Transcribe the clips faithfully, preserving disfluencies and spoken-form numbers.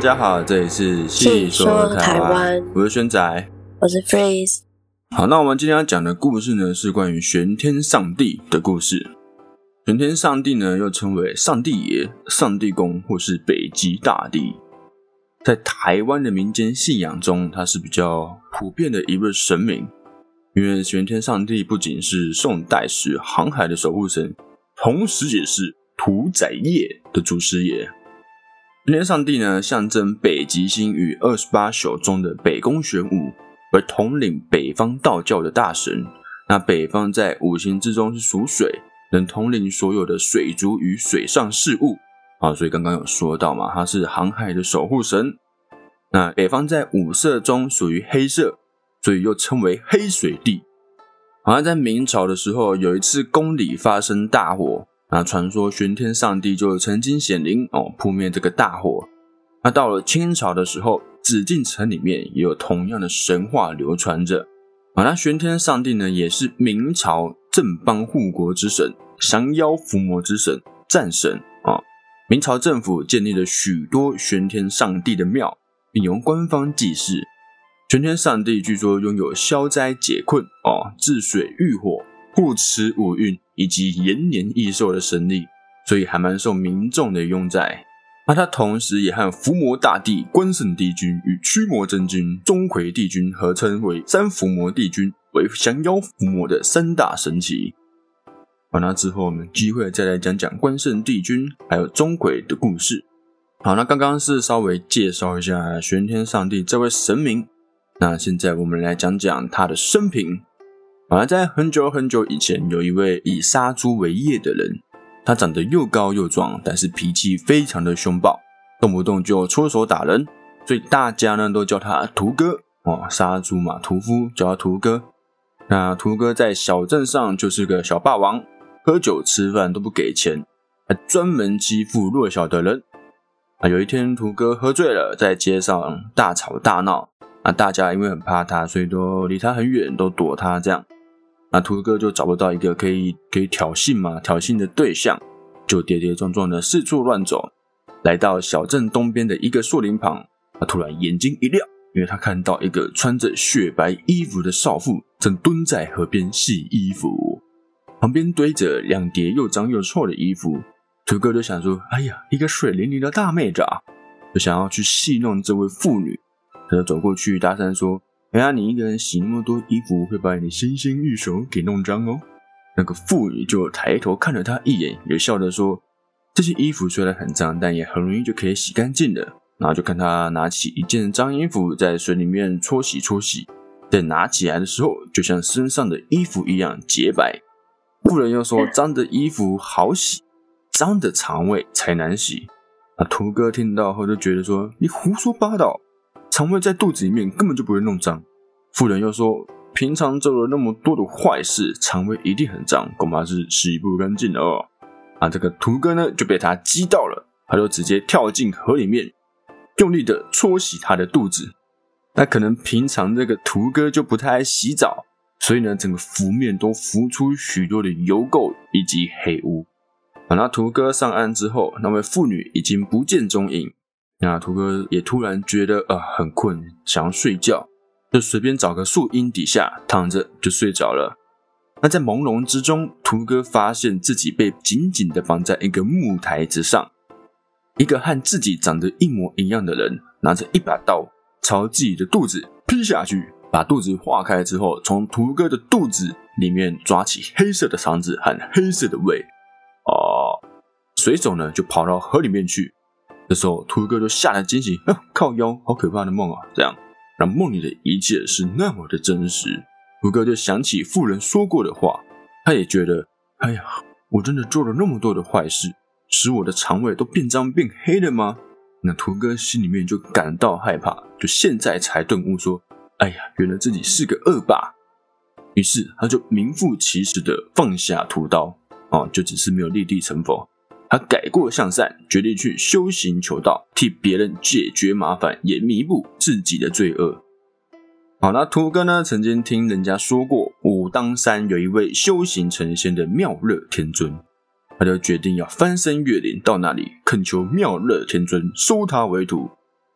家好，这里是细说台湾，我是轩仔， 我是 Freeze。 好，那我们今天要讲的故事呢，是关于玄天上帝的故事。玄天上帝呢，又称为上帝爷、上帝公或是北极大帝。在台湾的民间信仰中，他是比较普遍的一位神明，因为玄天上帝不仅是宋代时航海的守护神，同时也是屠宰业的祖师爷。玄天上帝呢，象征北极星与二十八宿中的北宫玄武，为统领北方道教的大神。那北方在五行之中是属水，能统领所有的水族与水上事物啊，所以刚刚有说到嘛，他是航海的守护神。那北方在五色中属于黑色，所以又称为黑水地。好像在明朝的时候，有一次宫里发生大火，那传说玄天上帝就曾经显灵哦，扑灭这个大火。那到了清朝的时候，紫禁城里面也有同样的神话流传着。啊，那玄天上帝呢，也是明朝正邦护国之神、降妖伏魔之神、战神啊。明朝政府建立了许多玄天上帝的庙，并由官方祭祀。玄天上帝据说拥有消灾解困、哦、治水御火、护持五运以及延年益寿的神力，所以还蛮受民众的拥戴。那他同时也和伏魔大帝、关圣帝君与驱魔真君、钟馗帝君合称为三伏魔帝君，为降妖伏魔的三大神祇。好，那之后我们机会再来讲讲关圣帝君还有钟馗的故事。好，那刚刚是稍微介绍一下玄天上帝这位神明，那现在我们来讲讲他的生平。好，那在很久很久以前，有一位以杀猪为业的人，他长得又高又壮，但是脾气非常的凶暴，动不动就出手打人，所以大家呢都叫他屠哥哦，杀猪嘛，屠夫叫他屠哥。那屠哥在小镇上就是个小霸王，喝酒吃饭都不给钱，还专门欺负弱小的人。啊，有一天屠哥喝醉了，在街上大吵大闹，啊，大家因为很怕他，所以都离他很远，都躲他这样。那屠哥就找不到一个可以可以挑衅嘛，挑衅的对象，就跌跌撞撞的四处乱走，来到小镇东边的一个树林旁。他突然眼睛一亮，因为他看到一个穿着雪白衣服的少妇正蹲在河边洗衣服，旁边堆着两叠又脏又臭的衣服。屠哥就想说，哎呀，一个水灵灵的大妹子啊，就想要去戏弄这位妇女。他就走过去搭讪说，哎呀，你一个人洗那么多衣服，会把你的纤纤玉手给弄脏哦。那个妇女就抬头看了他一眼，也笑着说，这些衣服虽然很脏，但也很容易就可以洗干净了。然后就看他拿起一件脏衣服在水里面搓洗搓洗，在拿起来的时候，就像身上的衣服一样洁白。妇人又说，脏的衣服好洗，脏的肠胃才难洗。那屠哥听到后就觉得说，你胡说八道，肠胃在肚子里面根本就不会弄脏。妇人又说，平常做了那么多的坏事，肠胃一定很脏，恐怕是洗不干净了哦。啊，这个屠哥呢就被他激到了，他就直接跳进河里面，用力的搓洗他的肚子。那可能平常这个屠哥就不太爱洗澡，所以呢整个浮面都浮出许多的油垢以及黑污。啊，那屠哥上岸之后，那位妇女已经不见踪影。那屠哥也突然觉得呃很困，想要睡觉，就随便找个树荫底下躺着就睡着了。那在朦胧之中，屠哥发现自己被紧紧地绑在一个木台之上，一个和自己长得一模一样的人拿着一把刀朝自己的肚子劈下去，把肚子划开之后，从屠哥的肚子里面抓起黑色的肠子和黑色的胃，哦，随手呢就跑到河里面去。这时候屠哥就吓得惊醒，啊，靠腰，好可怕的梦啊！这样，让梦里的一切是那么的真实。屠哥就想起妇人说过的话，他也觉得，哎呀，我真的做了那么多的坏事，使我的肠胃都变脏变黑了吗？那屠哥心里面就感到害怕，就现在才顿悟说，哎呀，原来自己是个恶霸。于是他就名副其实的放下屠刀，哦，就只是没有立地成佛。他改过向善，决定去修行求道，替别人解决麻烦，也弥补自己的罪恶。好，那屠哥呢，曾经听人家说过，武当山有一位修行成仙的妙乐天尊，他就决定要翻山越岭到那里，恳求妙乐天尊收他为徒。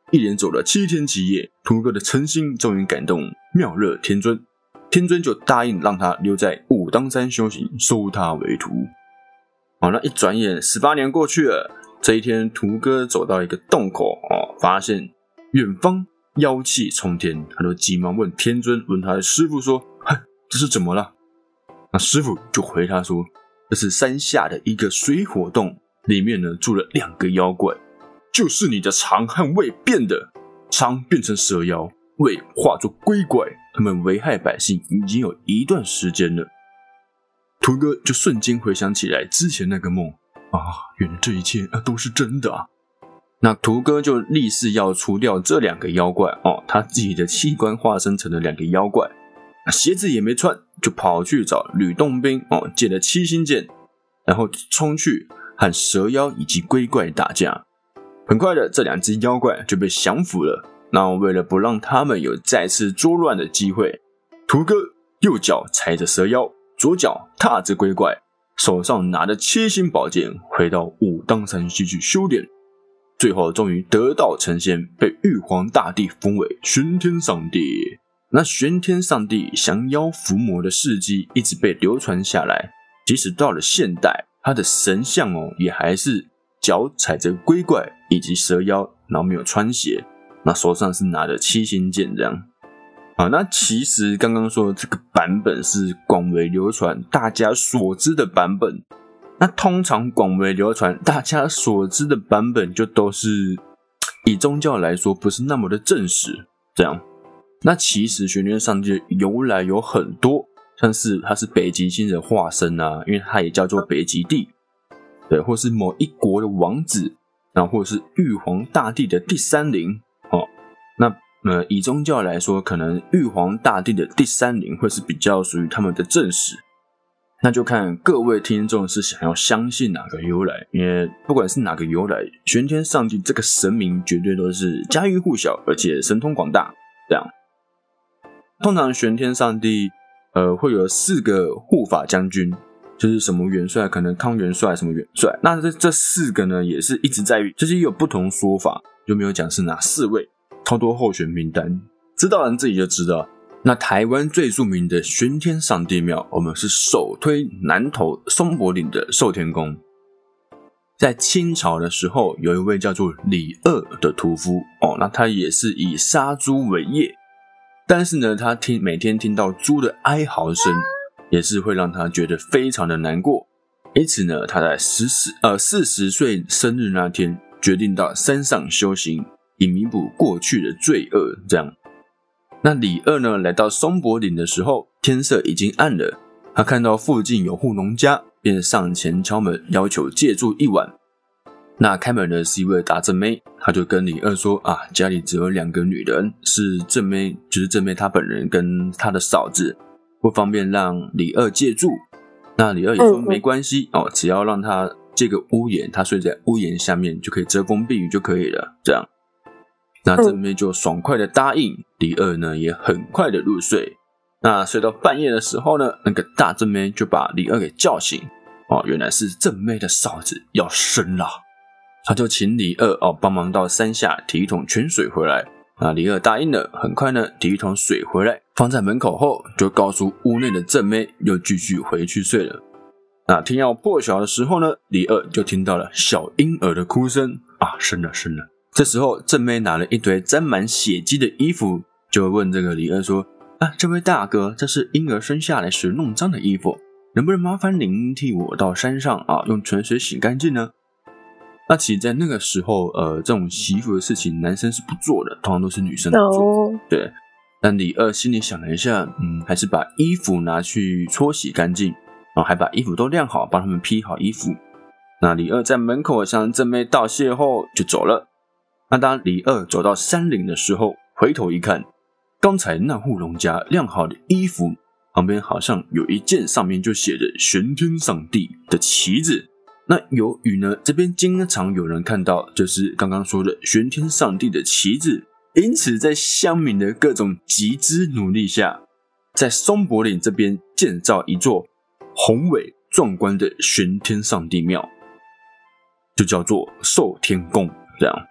一连走了七天七夜，屠哥的诚心终于感动妙乐天尊，天尊就答应让他留在武当山修行，收他为徒。好，那一转眼十八年过去了，这一天屠哥走到一个洞口，哦，发现远方妖气冲天，他就急忙问天尊，问他的师父说：“嗨，这是怎么了？”那师父就回他说：“这是山下的一个水火洞，里面呢住了两个妖怪。”就是你的肠和胃变的，肠变成蛇妖，胃化作龟怪，他们危害百姓已经有一段时间了。屠哥就瞬间回想起来之前那个梦啊，原来这一切啊都是真的啊。那屠哥就立誓要除掉这两个妖怪哦，他自己的器官化身成了两个妖怪，鞋子也没穿，就跑去找吕洞宾哦，借了七星剑，然后冲去和蛇妖以及龟怪打架。很快的，这两只妖怪就被降服了。那为了不让他们有再次作乱的机会，屠哥右脚踩着蛇妖，左脚踏着龟怪，手上拿着七星宝剑，回到武当山继续修炼。最后终于得道成仙，被玉皇大帝封为玄天上帝。那玄天上帝降妖伏魔的事迹一直被流传下来，即使到了现代，他的神像哦也还是脚踩着龟怪以及蛇妖，然后没有穿鞋，那手上是拿着七星剑这样。好，那其实刚刚说的这个版本是广为流传大家所知的版本，那通常广为流传大家所知的版本就都是以宗教来说不是那么的正史这样。那其实玄天上帝的由来有很多，像是他是北极星的化身啊，因为他也叫做北极帝，对，或是某一国的王子，然后或是玉皇大帝的第三灵哦。那呃，以宗教来说，可能玉皇大帝的第三灵会是比较属于他们的正史，那就看各位听众是想要相信哪个由来，因为不管是哪个由来，玄天上帝这个神明绝对都是家喻户晓，而且神通广大这样。通常玄天上帝呃会有四个护法将军，就是什么元帅，可能康元帅什么元帅，那这这四个呢也是一直在于，就是也有不同说法，就没有讲是哪四位，超多候选名单，知道人自己就知道。那台湾最著名的玄天上帝庙，我们是首推南投松柏岭的寿天宫。在清朝的时候，有一位叫做李二的屠夫哦，那他也是以杀猪为业，但是呢，他听每天听到猪的哀嚎声，也是会让他觉得非常的难过。因此呢，他在十四呃四十岁生日那天，决定到山上修行，以弥补过去的罪恶。这样，那李二呢，来到松柏岭的时候，天色已经暗了。他看到附近有户农家，便上前敲门，要求借住一晚。那开门的是一位大正妹，他就跟李二说啊，家里只有两个女人，是正妹，就是正妹她本人跟她的嫂子，不方便让李二借住。那李二也说没关系、嗯、哦，只要让他借个屋檐，他睡在屋檐下面就可以遮风避雨就可以了。这样，那正妹就爽快的答应，李二呢也很快的入睡。那睡到半夜的时候呢，那个大正妹就把李二给叫醒。哦，原来是正妹的嫂子要生了。他就请李二哦帮忙到山下提一桶泉水回来。那李二答应了，很快呢提一桶水回来，放在门口后，就告诉屋内的正妹又继续回去睡了。那天要破晓的时候呢，李二就听到了小婴儿的哭声啊，生了生了。这时候正妹拿了一堆沾满血迹的衣服，就问这个李二说啊，这位大哥，这是婴儿生下来时弄脏的衣服，能不能麻烦您替我到山上啊用泉水洗干净呢？那其实在那个时候呃，这种洗衣服的事情男生是不做的，通常都是女生做、oh. 对。但李二心里想了一下，嗯，还是把衣服拿去搓洗干净，然后还把衣服都晾好，帮他们披好衣服。那李二在门口向正妹道谢后就走了。那当李二走到山岭的时候，回头一看，刚才那户农家晾好的衣服旁边好像有一件上面就写着玄天上帝的旗子。那由于呢这边经常有人看到就是刚刚说的玄天上帝的旗子，因此在乡民的各种集资努力下，在松柏岭这边建造一座宏伟壮观的玄天上帝庙，就叫做寿天宫。这样，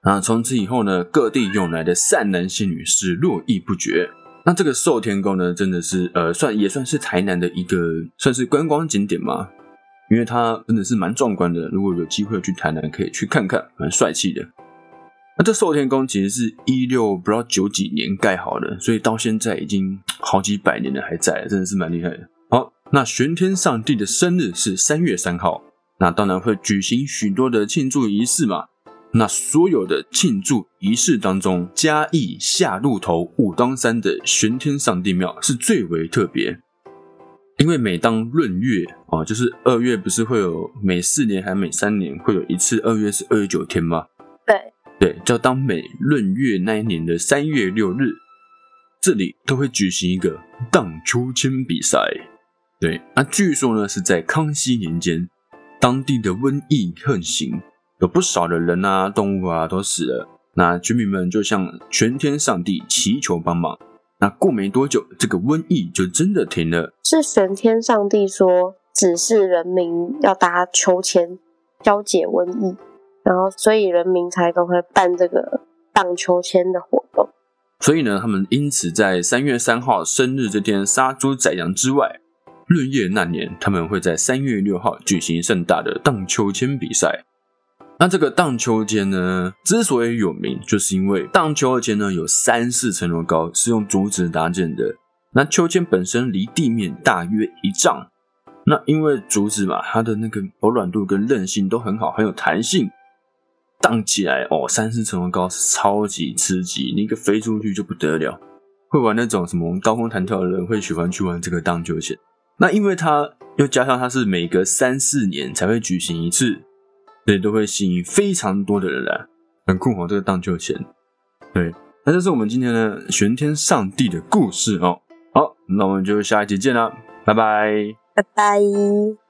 那从此以后呢，各地涌来的善男信女是络绎不绝。那这个寿天宫呢，真的是呃，算也算是台南的一个算是观光景点嘛，因为它真的是蛮壮观的。如果有机会去台南，可以去看看，蛮帅气的。那这寿天宫其实是一六不知道九几年盖好的，所以到现在已经好几百年了还在，真的是蛮厉害的。好，那玄天上帝的生日是三月三号，那当然会举行许多的庆祝仪式嘛。那所有的庆祝仪式当中，嘉义下鹿头武当山的玄天上帝庙是最为特别，因为每当闰月啊，就是二月不是会有每四年还每三年会有一次二月是二十九天吗？ 对对，就当每闰月那一年的三月六日，这里都会举行一个荡秋千比赛。对，那据说呢是在康熙年间，当地的瘟疫横行。有不少的人啊、动物啊都死了，那居民们就向玄天上帝祈求帮忙。那过没多久，这个瘟疫就真的停了。 是玄天上帝说指示人民要搭秋千，消解瘟疫，然后所以人民才都会办这个荡秋千的活动。 所以呢，他们因此在三月三号生日这天杀猪宰羊之外，闰月那年他们会在三月六号举行盛大的荡秋千比赛。那这个荡秋千呢，之所以有名，就是因为荡秋千呢有三四层楼高，是用竹子搭建的。那秋千本身离地面大约一丈，那因为竹子嘛，它的那个柔软度跟韧性都很好，很有弹性，荡起来哦，三四层楼高是超级刺激，你一个飞出去就不得了。会玩那种什么高空弹跳的人会喜欢去玩这个荡秋千。那因为它又加上它是每隔三四年才会举行一次，所以都会吸引非常多的人来，很酷哦，这个荡秋千。对，那这是我们今天的玄天上帝的故事哦。好，那我们就下一集见啦，拜拜， 拜拜。